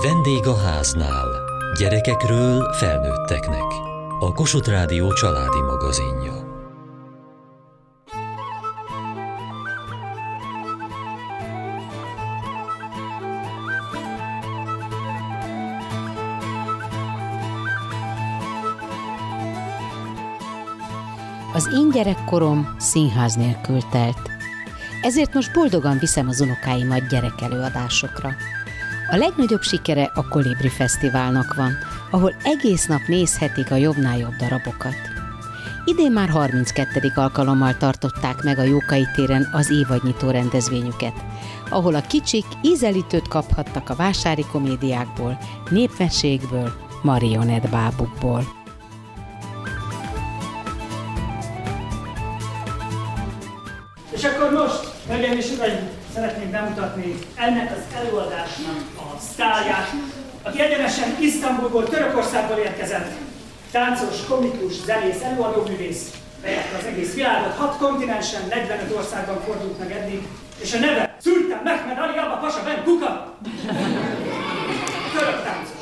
Vendég a háznál. Gyerekekről felnőtteknek. A Kossuth Rádió családi magazinja. Az én gyerekkorom színház nélkül telt. Ezért most boldogan viszem az unokáimat gyerekelőadásokra. A legnagyobb sikere a Kolibri Fesztiválnak van, ahol egész nap nézhetik a jobbnál jobb darabokat. Idén már 32. alkalommal tartották meg a Jókai téren az évadnyitó rendezvényüket, ahol a kicsik ízelítőt kaphattak a vásári komédiákból, népmesékből, marionettbábukból. És akkor most, hölgyeim és uraim, szeretnék bemutatni ennek az előadásnak a sztárját, aki egyenesen Isztambulból, Törökországból érkezett. Táncos, komikus, zenész, előadóművész, bejárta az egész világot, 6 kontinensen, 45 országban fordult meg eddig, és a neve Szultán Mehmed Ali Aba Pasa Ben Kuka. Török táncos.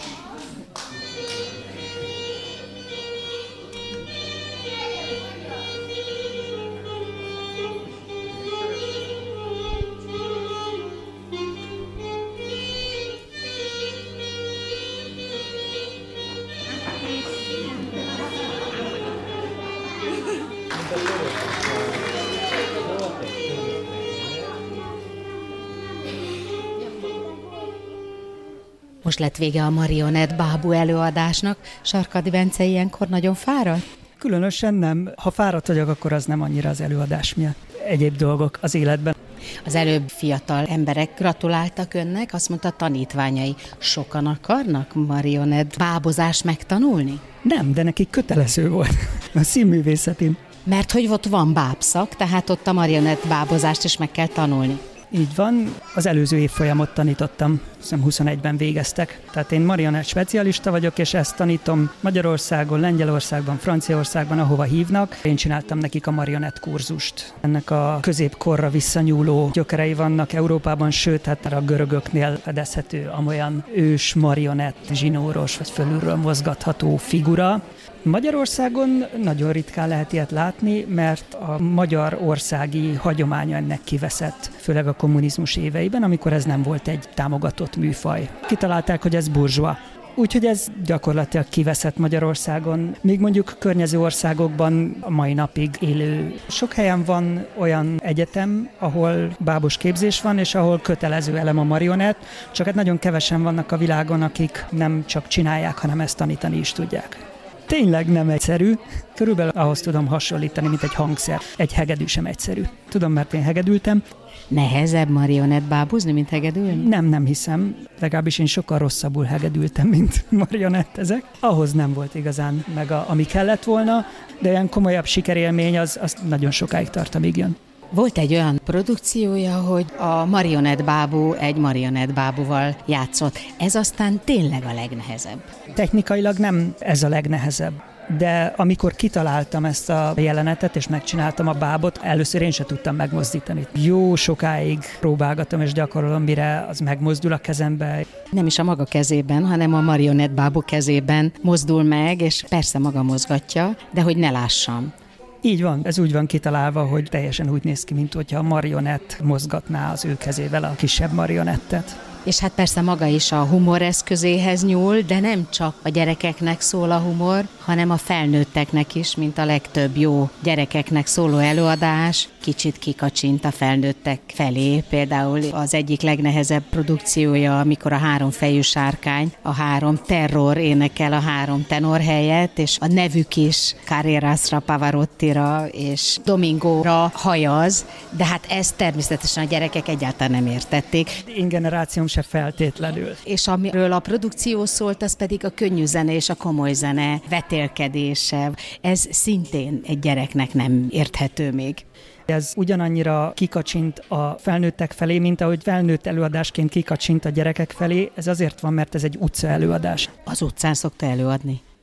Most lett vége a marionettbábú előadásnak. Sarkady Bence ilyenkor nagyon fáradt? Különösen nem. Ha fáradt vagyok, akkor az nem annyira az előadás miatt. Egyéb dolgok az életben. Az előbb fiatal emberek gratuláltak önnek, azt mondta, tanítványai. Sokan akarnak marionettbábozást megtanulni? Nem, de neki kötelező volt a színművészetén. Mert hogy ott van bábszak, tehát ott a marionettbábozást is meg kell tanulni. Így van, az előző évfolyamot tanítottam, hiszem 21-ben végeztek. Tehát én marionett specialista vagyok, és ezt tanítom Magyarországon, Lengyelországban, Franciaországban, ahova hívnak. Én csináltam nekik a marionett kurzust. Ennek a középkorra visszanyúló gyökerei vannak Európában, sőt, hát a görögöknél fedezhető amolyan ős marionett, zsinóros vagy fölülről mozgatható figura. Magyarországon nagyon ritkán lehet ilyet látni, mert a magyarországi hagyománya ennek kiveszett, főleg a kommunizmus éveiben, amikor ez nem volt egy támogatott műfaj. Kitalálták, hogy ez burzsua. Úgyhogy ez gyakorlatilag kiveszett Magyarországon, míg mondjuk környező országokban a mai napig élő. Sok helyen van olyan egyetem, ahol bábos képzés van, és ahol kötelező elem a marionett, csak hát nagyon kevesen vannak a világon, akik nem csak csinálják, hanem ezt tanítani is tudják. Tényleg nem egyszerű, körülbelül ahhoz tudom hasonlítani, mint egy hangszer. Egy hegedű sem egyszerű. Tudom, mert én hegedültem. Nehezebb marionettbábúzni, mint hegedülni? Nem hiszem. Legalábbis én sokkal rosszabbul hegedültem, mint marionettezek. Ahhoz nem volt igazán meg ami kellett volna, de olyan komolyabb sikerélmény az nagyon sokáig tart, amíg jön. Volt egy olyan produkciója, hogy a marionettbábú egy marionettbábúval játszott. Ez aztán tényleg a legnehezebb. Technikailag nem ez a legnehezebb. De amikor kitaláltam ezt a jelenetet, és megcsináltam a bábot, először én sem tudtam megmozdítani. Jó sokáig próbálgatom és gyakorolom, mire az megmozdul a kezembe. Nem is a maga kezében, hanem a marionettbábú kezében mozdul meg, és persze maga mozgatja, de hogy ne lássam. Így van, ez úgy van kitalálva, hogy teljesen úgy néz ki, mint hogyha a marionett mozgatná az ő kezével a kisebb marionettet. És hát persze maga is a humor eszközéhez nyúl, de nem csak a gyerekeknek szól a humor, hanem a felnőtteknek is, mint a legtöbb jó gyerekeknek szóló előadás, kicsit kikacsint a felnőttek felé. Például az egyik legnehezebb produkciója, amikor a 3 fejű sárkány, a 3 terror énekel a 3 tenor helyett, és a nevük is Carrerasra, Pavarottira és Domingóra hajaz, de hát ezt természetesen a gyerekek egyáltalán nem értették. Én generációm se feltétlenül. És amiről a produkció szólt, az pedig a könnyű zene és a komoly zene vetélkedése. Ez szintén egy gyereknek nem érthető még. Ez ugyanannyira kikacsint a felnőttek felé, mint ahogy felnőtt előadásként kikacsint a gyerekek felé. Ez azért van, mert ez egy utca előadás. Az utcán szokta előadni?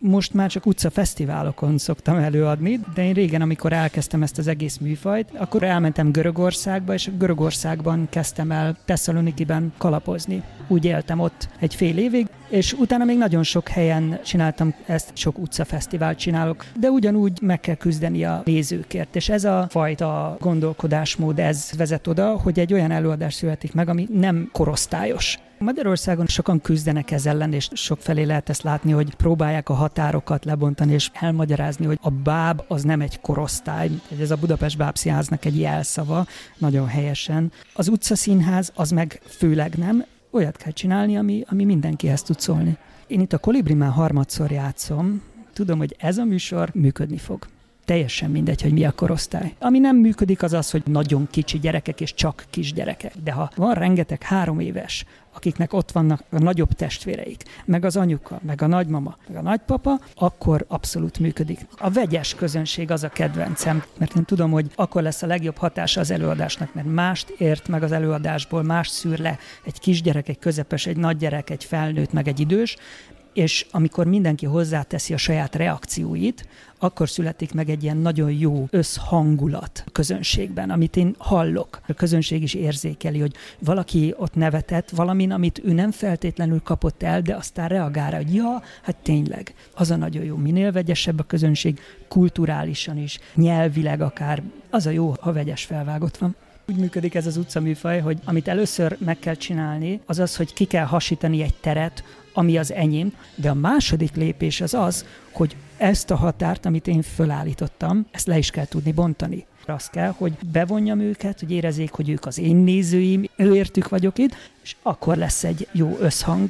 most már csak utcafesztiválokon szoktam előadni, de én régen, amikor elkezdtem ezt az egész műfajt, akkor elmentem Görögországba, és Görögországban kezdtem el Tesszalonikiben kalapozni. Úgy éltem ott egy fél évig, és utána még nagyon sok helyen csináltam ezt, sok utcafesztivált csinálok, de ugyanúgy meg kell küzdeni a nézőkért, és ez a fajta gondolkodásmód, ez vezet oda, hogy egy olyan előadás születik meg, ami nem korosztályos. Magyarországon sokan küzdenek ezzel ellen, és sokfelé lehet ezt látni, hogy próbálják a határokat lebontani, és elmagyarázni, hogy a báb az nem egy korosztály. Ez a Budapest Bábszínháznak egy jelszava, nagyon helyesen. Az utcaszínház az meg főleg nem, olyat kell csinálni, ami mindenkihez tud szólni. Én itt a Kolibrimán harmadszor játszom, tudom, hogy ez a műsor működni fog. Teljesen mindegy, hogy mi a korosztály. Ami nem működik, az az, hogy nagyon kicsi gyerekek és csak kisgyerekek. De ha van rengeteg 3 éves, akiknek ott vannak a nagyobb testvéreik, meg az anyuka, meg a nagymama, meg a nagypapa, akkor abszolút működik. A vegyes közönség az a kedvencem, mert én tudom, hogy akkor lesz a legjobb hatása az előadásnak, mert mást ért meg az előadásból, mást szűr le egy kisgyerek, egy közepes, egy nagygyerek, egy felnőtt, meg egy idős, és amikor mindenki hozzáteszi a saját reakcióit, akkor születik meg egy ilyen nagyon jó összhangulat a közönségben, amit én hallok. A közönség is érzékeli, hogy valaki ott nevetett valamin, amit ő nem feltétlenül kapott el, de aztán reagál rá, hogy ja, hát tényleg, az a nagyon jó. Minél vegyesebb a közönség, kulturálisan is, nyelvileg akár, az a jó, ha vegyes felvágott van. Úgy működik ez az utcaműfaj, hogy amit először meg kell csinálni, az az, hogy ki kell hasítani egy teret, ami az enyém, de a második lépés az az, hogy ezt a határt, amit én fölállítottam, ezt le is kell tudni bontani. Az kell, hogy bevonjam őket, hogy érezzék, hogy ők az én nézőim, őértük vagyok itt, és akkor lesz egy jó összhang.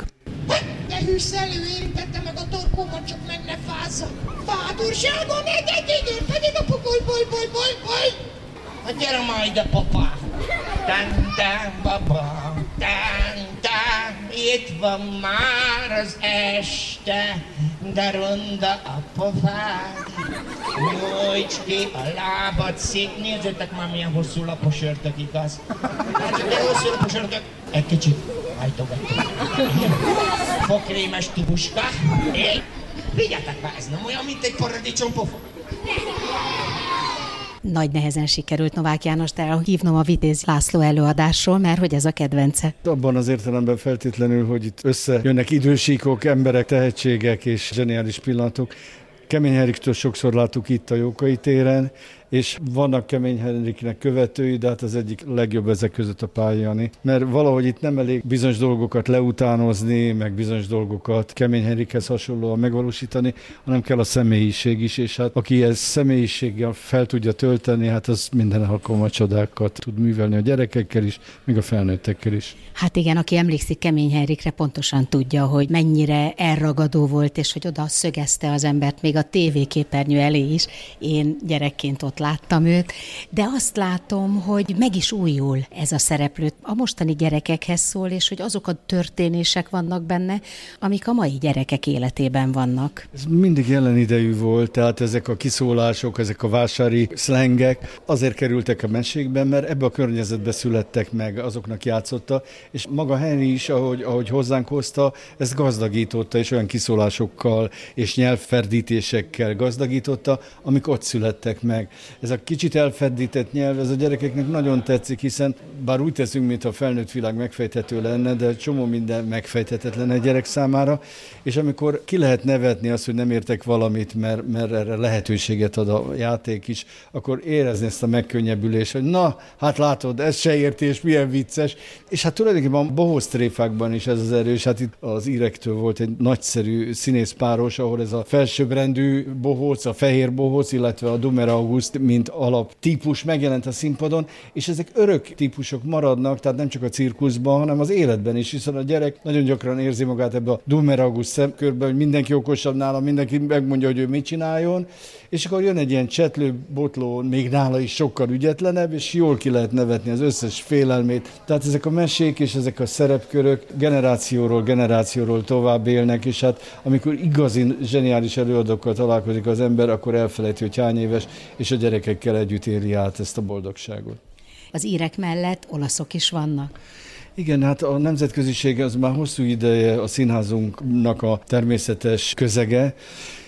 De hűszelő érintette meg a torkómat, csak meg ne fázzak. Bátorságom, egy időt pedig a pokolból. Hát gyere már ide, papa! Tán, baba, tán, itt van már az este, de ronda a pofád. Nyújts ki a lábad szép, nézzétek már milyen hosszú lapos ördög, igaz? Hát de hosszú lapos ördög, egy kicsit hajtogatok. Fogkrémes tubuska. Figyeljetek már, ez nem olyan, mint egy paradicsompofon. Nagy nehezen sikerült Novák Jánost elhívnom a Vitéz László előadásról, mert hogy ez a kedvence. Abban az értelemben feltétlenül, hogy itt összejönnek idősíkok, emberek, tehetségek és zseniális pillanatok. Kemény Henriktől sokszor láttuk itt a Jókai téren, és vannak Kemény Henriknek követői, de hát az egyik legjobb ezek között a Pál Jani. Mert valahogy itt nem elég bizonyos dolgokat leutánozni, meg bizonyos dolgokat Kemény Henrikhez hasonlóan megvalósítani, hanem kell a személyiség is, és hát aki ezt személyiséggel fel tudja tölteni, hát az minden alkalommal csodákat tud művelni a gyerekekkel is, még a felnőttekkel is. Hát igen, aki emlékszik Kemény Henrikre, pontosan tudja, hogy mennyire elragadó volt, és hogy oda szögezte az embert még a tévéképernyő elé is. Én gyerekként ott láttam őt, de azt látom, hogy meg is újul ez a szereplő. A mostani gyerekekhez szól, és hogy azok a történések vannak benne, amik a mai gyerekek életében vannak. Ez mindig jelen idejű volt, tehát ezek a kiszólások, ezek a vásári szlengek azért kerültek a mesékben, mert ebbe a környezetbe születtek meg, azoknak játszotta, és maga Henry is, ahogy hozzánk hozta, ezt gazdagította, és olyan kiszólásokkal és nyelvferdítésekkel gazdagította, amik ott születtek meg. Ez a kicsit elferdített nyelv, ez a gyerekeknek nagyon tetszik, hiszen bár úgy teszünk, mintha a felnőtt világ megfejthető lenne, de csomó minden megfejthetetlen egy gyerek számára, és amikor ki lehet nevetni azt, hogy nem értek valamit, mert erre lehetőséget ad a játék is, akkor érezni ezt a megkönnyebbülést, hogy na, hát látod, ez se értés, milyen vicces. És hát tulajdonképpen a bohóc tréfákban is ez az erős, hát itt az Írektől volt egy nagyszerű színészpáros, ahol ez a felsőbbrendű bohóc, a fehér bohóc, illetve a Dumer August, mint alaptípus megjelent a színpadon, és ezek örök típusok maradnak, tehát nem csak a cirkuszban, hanem az életben is, hiszen a gyerek nagyon gyakran érzi magát ebbe a Dumer August szemkörben, hogy mindenki okosabb nála, mindenki megmondja, hogy ő mit csináljon, és akkor jön egy ilyen csetlő botló, még nála is sokkal ügyetlenebb, és jól ki lehet nevetni az összes félelmét. Tehát ezek a mesék és ezek a szerepkörök generációról tovább élnek, és hát amikor igazi zseniális előadókkal találkozik az ember, akkor elfelejti, hogy hány éves, és a gyerekekkel együtt éli át ezt a boldogságot. Az írek mellett olaszok is vannak. Igen, hát a nemzetköziség az már hosszú ideje a színházunknak a természetes közege,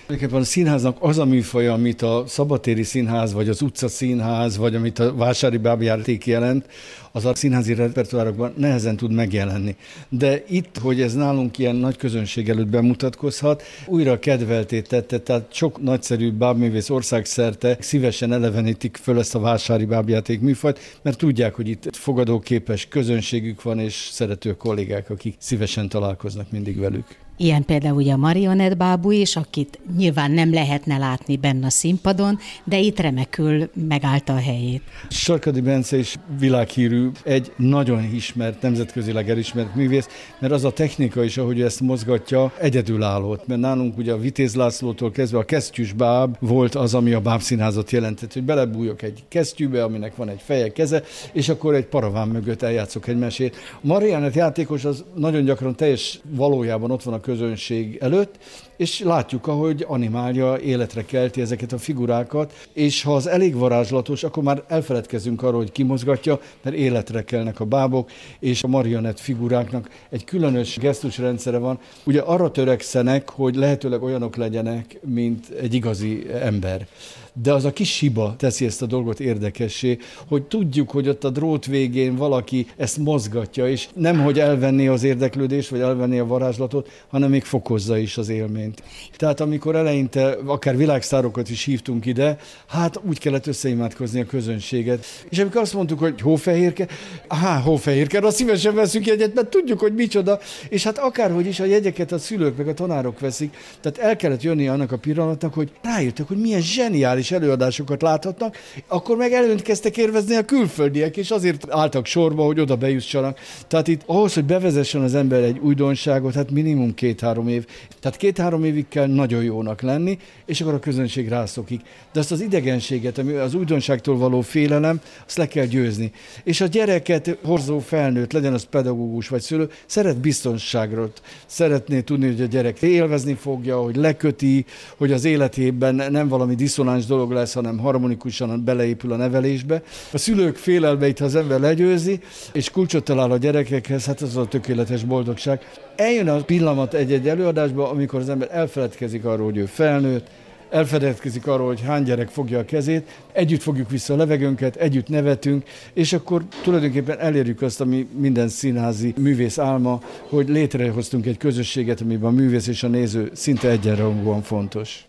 A színháznak az a műfaja, amit a szabadtéri színház, vagy az utcaszínház, vagy amit a vásári bábjáték jelent, az a színházi repertoárokban nehezen tud megjelenni. De itt, hogy ez nálunk ilyen nagy közönség előtt bemutatkozhat, újra kedvelté tette, tehát sok nagyszerű bábművész országszerte szívesen elevenítik föl ezt a vásári bábjáték műfajt, mert tudják, hogy itt fogadóképes közönségük van, és szerető kollégák, akik szívesen találkoznak mindig velük. Ilyen például ugye a marionettbábú is, akit nyilván nem lehetne látni benne a színpadon, de itt remekül megállta a helyét. Sarkadi Bence is világhírű, egy nagyon ismert, nemzetközileg elismert művész, mert az a technika is, ahogy ezt mozgatja, egyedülálló. Mert nálunk ugye a Vitéz Lászlótól kezdve a kesztyűs báb volt az, ami a bábszínházat jelentett, hogy belebújok egy kesztyűbe, aminek van egy feje, keze, és akkor egy paraván mögött eljátszok egy mesét. A marionett játékos az nagyon gyakran teljes valójában ott van a közönség előtt, és látjuk, ahogy animálja, életre kelti ezeket a figurákat, és ha az elég varázslatos, akkor már elfeledkezünk arról, hogy kimozgatja, mert életre kelnek a bábok, és a marionett figuráknak egy különös gesztusrendszere van. Ugye arra törekszenek, hogy lehetőleg olyanok legyenek, mint egy igazi ember. De az a kis hiba teszi ezt a dolgot érdekessé, hogy tudjuk, hogy ott a drót végén valaki ezt mozgatja, és nem, hogy elvenné az érdeklődést, vagy elvenné a varázslatot, hanem még fokozza is az élményt. Tehát amikor eleinte akár világsztárokat is hívtunk ide, hát úgy kellett összeimádkozni a közönséget. És amikor azt mondtuk, hogy Hófehérke, Hófehérke, azt szívesen veszünk jegyet, mert tudjuk, hogy micsoda, és hát akárhogy is a jegyeket a szülők meg a tanárok veszik, tehát el kellett jönni annak a pillanatnak, hogy rájöttek, hogy milyen zseniális előadásokat láthatnak, akkor meg előtt kezdtek érvezni a külföldiek, és azért álltak sorba, hogy oda bejussanak. Tehát itt ahhoz, hogy bevezessen az ember egy újdonságot, hát minimum 2-3 év. Tehát 2-3 évig kell nagyon jónak lenni, és akkor a közönség rászokik. De azt az idegenséget, ami az újdonságtól való félelem, azt le kell győzni. És a gyereket horzó felnőtt, legyen az pedagógus vagy szülő, szeret biztonságot. Szeretné tudni, hogy a gyerek élvezni fogja, hogy leköti, hogy az életében nem valami diszonáns dolog lesz, hanem harmonikusan beleépül a nevelésbe. A szülők félelmeit, ha az ember legyőzi, és kulcsot talál a gyerekekhez, hát az a tökéletes boldogság. Eljön a pillanat egy-egy előadásban, amikor az ember elfeledkezik arról, hogy ő felnőtt, elfeledkezik arról, hogy hány gyerek fogja a kezét, együtt fogjuk vissza a levegőnket, együtt nevetünk, és akkor tulajdonképpen elérjük azt, ami minden színházi művész álma, hogy létrehoztunk egy közösséget, amiben a művész és a néző szinte egyenrangúan fontos.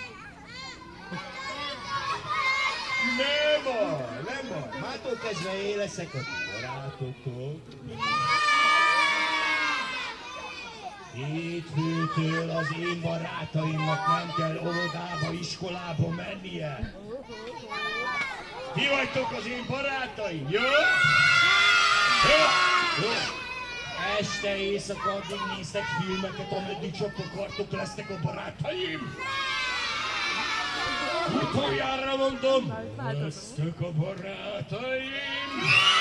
Kezdve én leszek a barátotok. Hétfőtől az én barátaimnak nem kell óvodába, iskolába mennie. Ti vagytok az én barátaim, jó? Jó? Este éjszaka addig néztek filmeket, ameddig csak akartok, lesznek a barátaim. Utoljára mondom, lesztek a barátaim!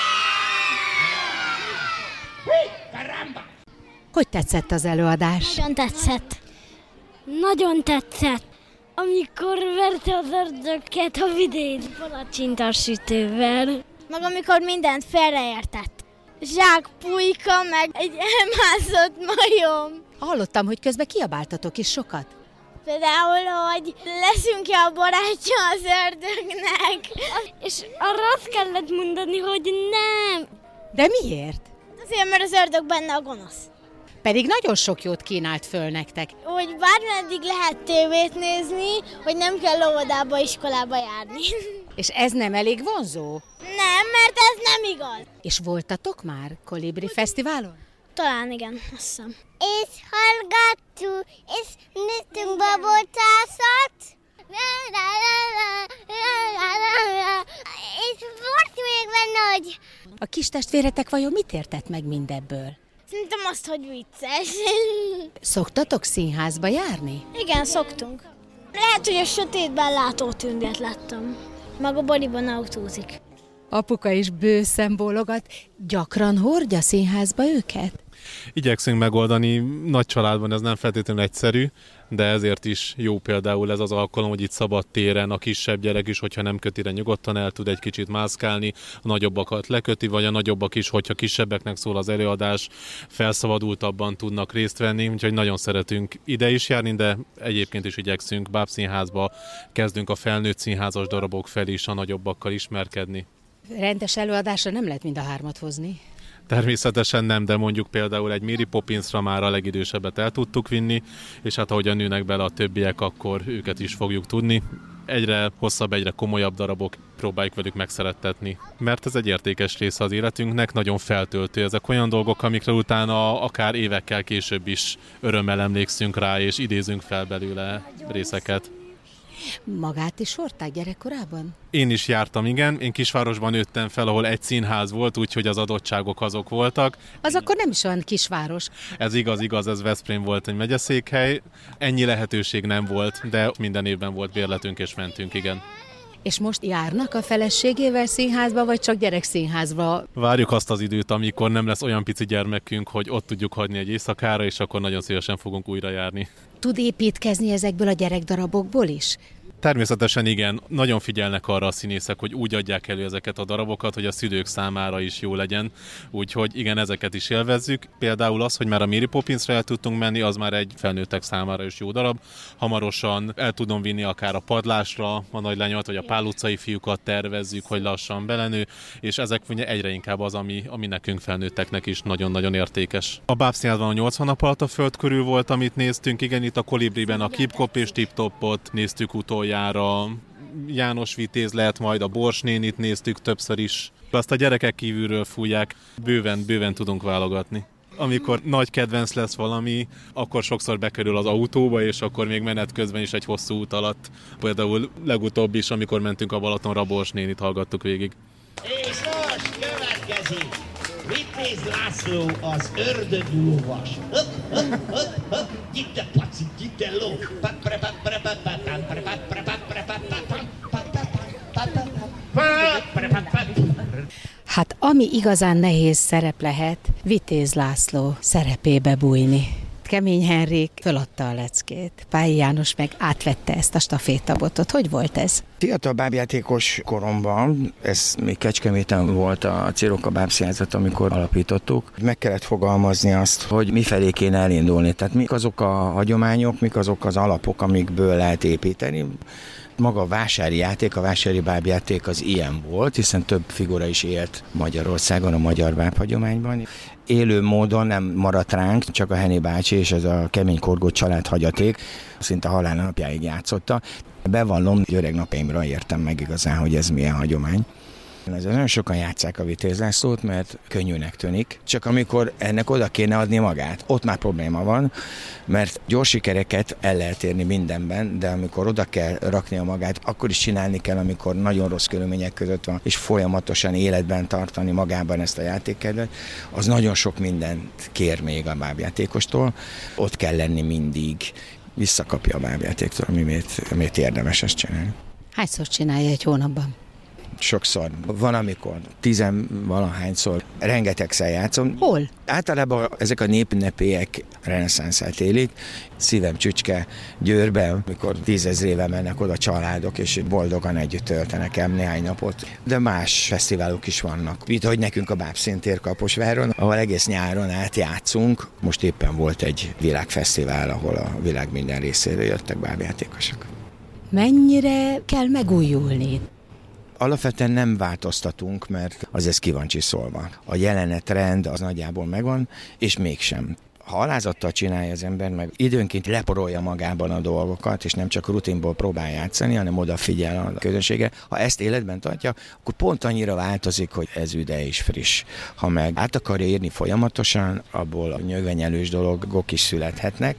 Karamba! Hogy tetszett az előadás? Nagyon tetszett. Nagyon tetszett. Amikor verte az ördögket a vidén palacsintasütővel. Meg amikor mindent félreértett. Zsák pulyka, meg egy elmászott majom. Hallottam, hogy közben kiabáltatok is sokat. Például, hogy leszünk-e a barátja az ördögnek. És arra azt kellett mondani, hogy nem. De miért? Azért, mert az ördög benne a gonosz. Pedig nagyon sok jót kínált föl nektek. Hogy bármeddig lehet tévét nézni, hogy nem kell óvodába, iskolába járni. És ez nem elég vonzó? Nem, mert ez nem igaz. És voltatok már Kolibri Fesztiválon? Talán igen, azt hiszem. És hallgattuk, és néztünk babócászat. És volt még benne, hogy... A kis testvéretek vajon mit értett meg mindebből? Szerintem azt, hogy vicces. Szoktatok színházba járni? Igen, szoktunk. Lehet, hogy a sötétben látótündét láttam. Meg a Baliban autózik. Apuka is bőszen bólogat. Gyakran hordja színházba őket? Igyekszünk megoldani, nagy családban ez nem feltétlenül egyszerű, de ezért is jó például ez az alkalom, hogy itt szabad téren a kisebb gyerek is, hogyha nem köti, nyugodtan el tud egy kicsit mászkálni, a nagyobbakat leköti, vagy a nagyobbak is, hogyha kisebbeknek szól az előadás, felszabadultabban tudnak részt venni, úgyhogy nagyon szeretünk ide is járni, de egyébként is igyekszünk bábszínházba, kezdünk a felnőtt színházas darabok felé is a nagyobbakkal ismerkedni. Rendes előadásra nem lehet mind a hármat hozni. Természetesen nem, de mondjuk például egy Mary Poppinsra már a legidősebbet el tudtuk vinni, és hát ahogyan nőnek bele a többiek, akkor őket is fogjuk tudni. Egyre hosszabb, egyre komolyabb darabok, próbáljuk velük megszerettetni, mert ez egy értékes része az életünknek, nagyon feltöltő. Ezek olyan dolgok, amikre utána akár évekkel később is örömmel emlékszünk rá, és idézünk fel belőle részeket. Magát is hordták gyerekkorában? Én is jártam, igen. Én kisvárosban nőttem fel, ahol egy színház volt, úgyhogy az adottságok azok voltak. Az akkor nem is olyan kisváros. Ez igaz, ez Veszprém volt egy megyeszékhely. Ennyi lehetőség nem volt, de minden évben volt bérletünk és mentünk, igen. És most járnak a feleségével színházba, vagy csak gyerekszínházba? Várjuk azt az időt, amikor nem lesz olyan pici gyermekünk, hogy ott tudjuk hagyni egy éjszakára, és akkor nagyon szívesen fogunk újra járni. Tud építkezni ezekből a gyerekdarabokból is? Természetesen igen, nagyon figyelnek arra a színészek, hogy úgy adják elő ezeket a darabokat, hogy a szülők számára is jó legyen, úgyhogy igen, ezeket is élvezzük. Például az, hogy már a Mary Poppinsra el tudtunk menni, az már egy felnőttek számára is jó darab. Hamarosan el tudom vinni akár a Padlásra a nagylányot, vagy a Pál utcai fiúkat tervezzük, hogy lassan belenő, és ezek ugye egyre inkább az, ami nekünk felnőtteknek is nagyon-nagyon értékes. A bábszínházban a 80 nap alatt a föld körül volt, amit néztünk, igen, itt a Kolibriben a Kip-Kop és Tip-Topot néztük utoljára. János Vitéz lehet, majd a Bors nénit néztük többször is. Azt a gyerekek kívülről fújják, bőven tudunk válogatni. Amikor nagy kedvenc lesz valami, akkor sokszor bekerül az autóba, és akkor még menet közben is egy hosszú út alatt. Például legutóbb is, amikor mentünk a Balatonra, a Bors nénit hallgattuk végig. És most következik Vitéz László, az ördögúlovas. Gyite paci, gyite ló. Hát ami igazán nehéz szerep lehet, Vitéz László szerepébe bújni. Kemény Henrik föladta a leckét, Pályi János meg átvette ezt a stafétabotot. Hogy volt ez? Fiatal bábjátékos koromban, ez még Kecskeméten volt a Ciroka bábszínházat, amikor alapítottuk, meg kellett fogalmazni azt, hogy mifelé kéne elindulni. Tehát mik azok a hagyományok, mik azok az alapok, amikből lehet építeni. Maga a vásári játék, a vásári bábjáték az ilyen volt, hiszen több figura is élt Magyarországon a magyar bábhagyományban. Élő módon nem maradt ránk, csak a Henny bácsi és ez a kemény korgó család hagyaték, szinte halálnapjáig játszotta. Bevallom, hogy öreg napjaimra értem meg igazán, hogy ez milyen hagyomány. Ezzel nagyon sokan játsszák a Vitéz Lászlót, mert könnyűnek tűnik. Csak amikor ennek oda kéne adni magát, ott már probléma van, mert gyors sikereket el lehet érni mindenben, de amikor oda kell raknia magát, akkor is csinálni kell, amikor nagyon rossz körülmények között van, és folyamatosan életben tartani magában ezt a játékkedvet, az nagyon sok mindent kér még a bábjátékostól. Ott kell lenni mindig, visszakapja a bábjátéktól, amit érdemes ezt csinálni. Hányszor csinálja egy hónapban? Sokszor. Van, amikor 10-valahányszor rengetegszer játszom. Hol? Általában ezek a népünnepélyek reneszánszát élik. Szívem csücske Győrben, amikor 10 000-ével mennek oda családok, és boldogan együtt töltenek el néhány napot. De más fesztiválok is vannak. Itt, hogy nekünk a Bábszíntér Kaposváron, ahol egész nyáron át játszunk. Most éppen volt egy világfesztivál, ahol a világ minden részéről jöttek bábjátékosok. Mennyire kell megújulni? Alapvetően nem változtatunk, mert az ez ki van csiszolva. A jelenetrend az nagyjából megvan, és mégsem. Ha alázattal csinálja az ember, meg időnként leporolja magában a dolgokat, és nem csak rutinból próbál játszani, hanem odafigyel a közönsége. Ha ezt életben tartja, akkor pont annyira változik, hogy ez üde és friss. Ha meg át akarja írni folyamatosan, abból a nyögvenyelős dolgok is születhetnek.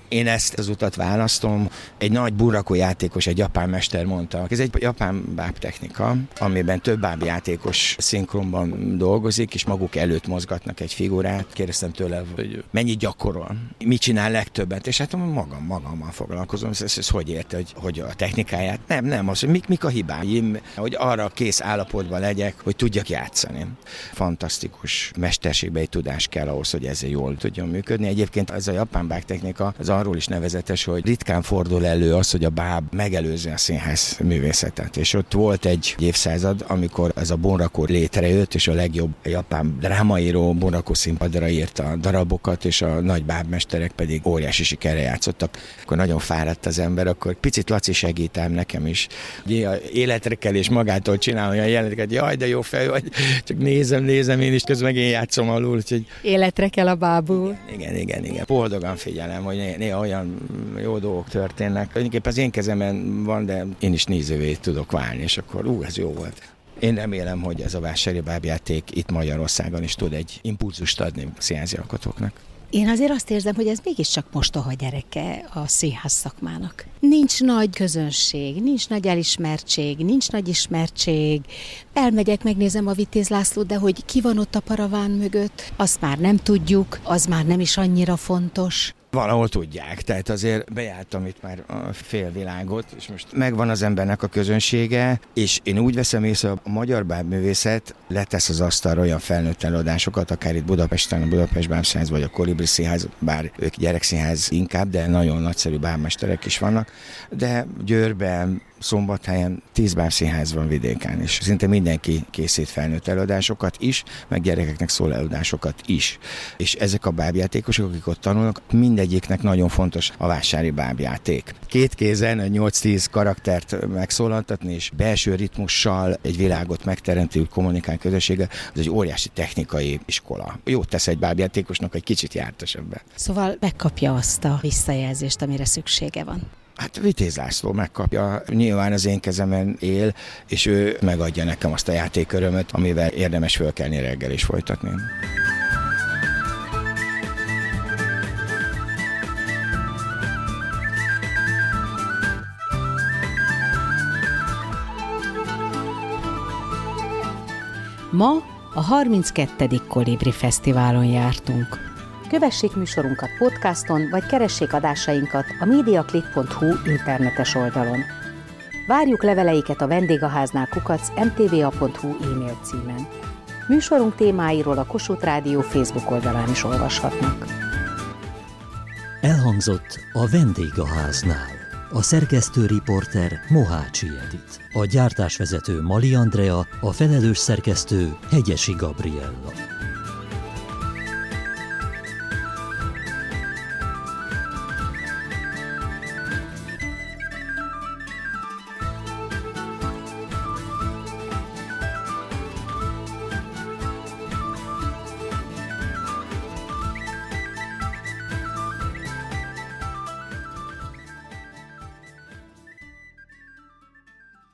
Én ezt az utat választom. Egy nagy burrakó játékos, egy japán mester mondta, ez egy japán bábtechnika, amiben több bábjátékos szinkronban dolgozik, és maguk előtt mozgatnak egy figurát. Kérdeztem tőle, hogy mennyit gyakorol, mit csinál legtöbbet, és hát magammal foglalkozom. Ez hogy érte, hogy a technikáját? Nem, az, hogy mik a hibáim, hogy arra kész állapotban legyek, hogy tudjak játszani. Fantasztikus mesterségbeli tudás kell ahhoz, hogy ezzel jól tudjon működni. Egyébként ez a japán bábtechnika az arról is nevezetes, hogy ritkán fordul elő az, hogy a báb megelőzi a színház művészetet. És ott volt egy évszázad, amikor ez a bunraku létrejött, és a legjobb japán drámaíró bunraku színpadra írta a darabokat, és a nagy bábmesterek pedig óriási sikerre játszottak. Akkor nagyon fáradt az ember, akkor picit Laci segítem nekem is. Életre kell és magától csinál olyan jeleneteket, jaj, de jó fej vagy, csak nézem én is, közben én játszom alul. Úgyhogy... Életre kell a bábul. Igen. Boldogan figyelem, hogy néha olyan jó dolgok történnek. Tulajdonképpen az én kezemben van, de én is nézővé tudok válni, és akkor ez jó volt. Én remélem, hogy ez a vásári bábjáték itt Magyarországon is tud egy impulzust adni a színházi alkotóknak. Én azért azt érzem, hogy ez mégiscsak mostoha gyereke a színház szakmának. Nincs nagy közönség, nincs nagy elismertség, nincs nagy ismertség. Elmegyek, megnézem a Vitéz Lászlót, de hogy ki van ott a paraván mögött, azt már nem tudjuk, az már nem is annyira fontos. Valahol tudják, tehát azért bejártam itt már a félvilágot, és most megvan az embernek a közönsége, és én úgy veszem észre, a magyar bábművészet letesz az asztalra olyan felnőtt előadásokat, akár itt Budapesten, a Budapest Bábszínház vagy a Kolibri Színház, bár ők gyerekszínház inkább, de nagyon nagyszerű bábmesterek is vannak, de Győrben, Szombathelyen 10 bábszínház van vidéken, és szinte mindenki készít felnőtt előadásokat is, meg gyerekeknek szóló előadásokat is. És ezek a bábjátékosok, akik ott tanulnak, mindegyiknek nagyon fontos a vásári bábjáték. 2 kézen 8-10 karaktert megszólaltatni, és belső ritmussal egy világot megteremtő kommunikálni közösséggel, az egy óriási technikai iskola. Jót tesz egy bábjátékosnak, egy kicsit jártas ebben. Szóval megkapja azt a visszajelzést, amire szüksége van. Hát Vitéz László megkapja, nyilván az én kezemen él, és ő megadja nekem azt a játékörömöt, amivel érdemes fölkelni reggel és folytatni. Ma a 32. Kolibri Fesztiválon jártunk. Kövessék műsorunkat podcaston, vagy keressék adásainkat a mediaclick.hu internetes oldalon. Várjuk leveleiket a vendégháznál @mtva.hu e-mail címen. Műsorunk témáiról a Kossuth Rádió Facebook oldalán is olvashatnak. Elhangzott a Vendégháznál. A szerkesztő riporter Mohácsi Edit. A gyártásvezető Mali Andrea, a felelős szerkesztő Hegyesi Gabriella.